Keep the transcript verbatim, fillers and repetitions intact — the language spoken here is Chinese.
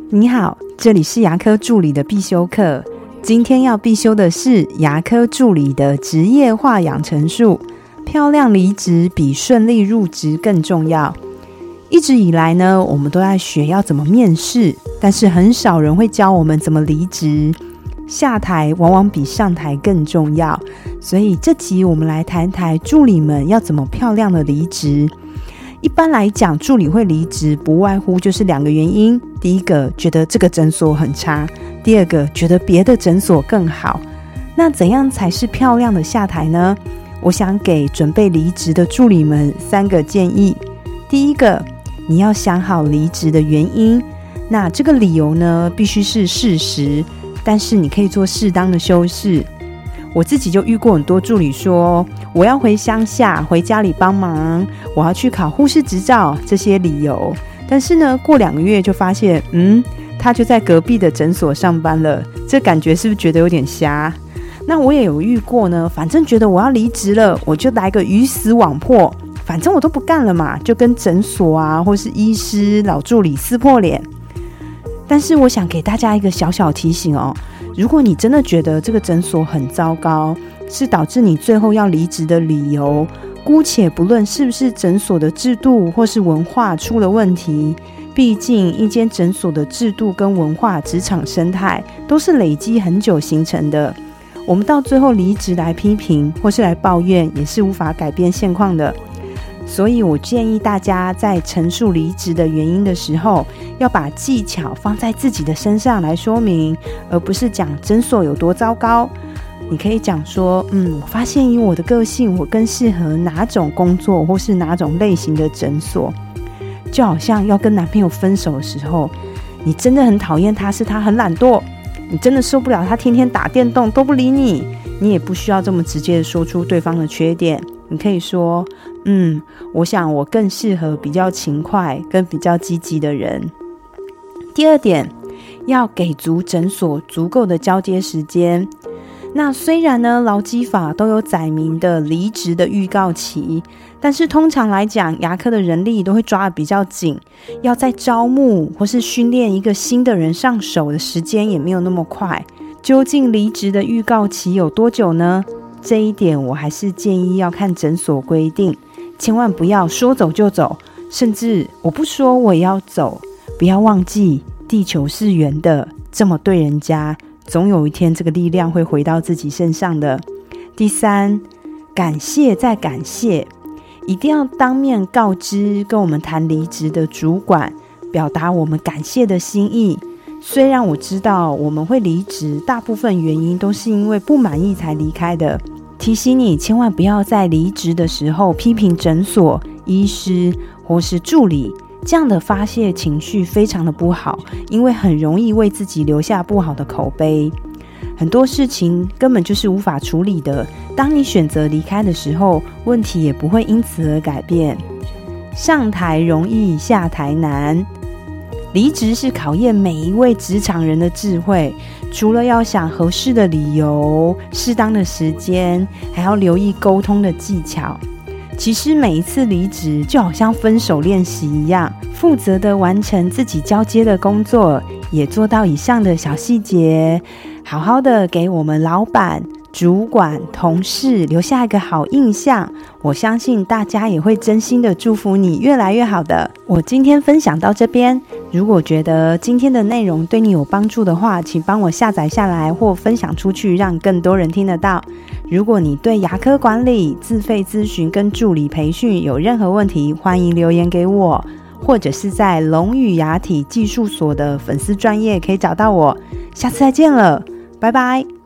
你好，这里是牙科助理的必修课。今天要必修的是牙科助理的职业化养成术。漂亮离职比顺利入职更重要。一直以来呢，我们都在学要怎么面试，但是很少人会教我们怎么离职。下台往往比上台更重要，所以这集我们来谈谈助理们要怎么漂亮的离职。一般来讲，助理会离职不外乎就是两个原因，第一个觉得这个诊所很差，第二个觉得别的诊所更好。那怎样才是漂亮的下台呢？我想给准备离职的助理们三个建议。第一个，你要想好离职的原因，那这个理由呢必须是事实，但是你可以做适当的修饰。我自己就遇过很多助理说，我要回乡下，回家里帮忙，我要去考护士执照，这些理由。但是呢，过两个月就发现，嗯，他就在隔壁的诊所上班了，这感觉是不是觉得有点瞎？那我也有遇过呢，反正觉得我要离职了，我就来个鱼死网破，反正我都不干了嘛，就跟诊所啊或是医师老助理撕破脸。但是我想给大家一个小小提醒哦，如果你真的觉得这个诊所很糟糕，是导致你最后要离职的理由，姑且不论是不是诊所的制度或是文化出了问题，毕竟一间诊所的制度跟文化、职场生态都是累积很久形成的，我们到最后离职来批评或是来抱怨，也是无法改变现况的。所以我建议大家在陈述离职的原因的时候，要把技巧放在自己的身上来说明，而不是讲诊所有多糟糕。你可以讲说，嗯，我发现以我的个性，我更适合哪种工作或是哪种类型的诊所。就好像要跟男朋友分手的时候，你真的很讨厌他，是他很懒惰，你真的受不了他天天打电动都不理你，你也不需要这么直接的说出对方的缺点。你可以说，嗯，我想我更适合比较勤快跟比较积极的人。第二点，要给足诊所足够的交接时间。那虽然呢，劳基法都有载明的离职的预告期，但是通常来讲，牙科的人力都会抓得比较紧，要在招募或是训练一个新的人上手的时间也没有那么快。究竟离职的预告期有多久呢？这一点我还是建议要看诊所规定，千万不要说走就走，甚至我不说我也要走。不要忘记地球是圆的，这么对人家，总有一天这个力量会回到自己身上的。第三，感谢再感谢，一定要当面告知跟我们谈离职的主管，表达我们感谢的心意。虽然我知道我们会离职，大部分原因都是因为不满意才离开的，提醒你千万不要在离职的时候批评诊所、医师或是助理，这样的发泄情绪非常的不好，因为很容易为自己留下不好的口碑。很多事情根本就是无法处理的，当你选择离开的时候，问题也不会因此而改变。上台容易下台难，离职是考验每一位职场人的智慧，除了要想合适的理由、适当的时间，还要留意沟通的技巧。其实每一次离职就好像分手练习一样，负责的完成自己交接的工作，也做到以上的小细节，好好的给我们老板、主管、同事留下一个好印象，我相信大家也会真心的祝福你越来越好的。我今天分享到这边，如果觉得今天的内容对你有帮助的话，请帮我下载下来或分享出去，让更多人听得到。如果你对牙科管理、自费咨询跟助理培训有任何问题，欢迎留言给我，或者是在龙语牙体技术所的粉丝专页可以找到我。下次再见了，拜拜。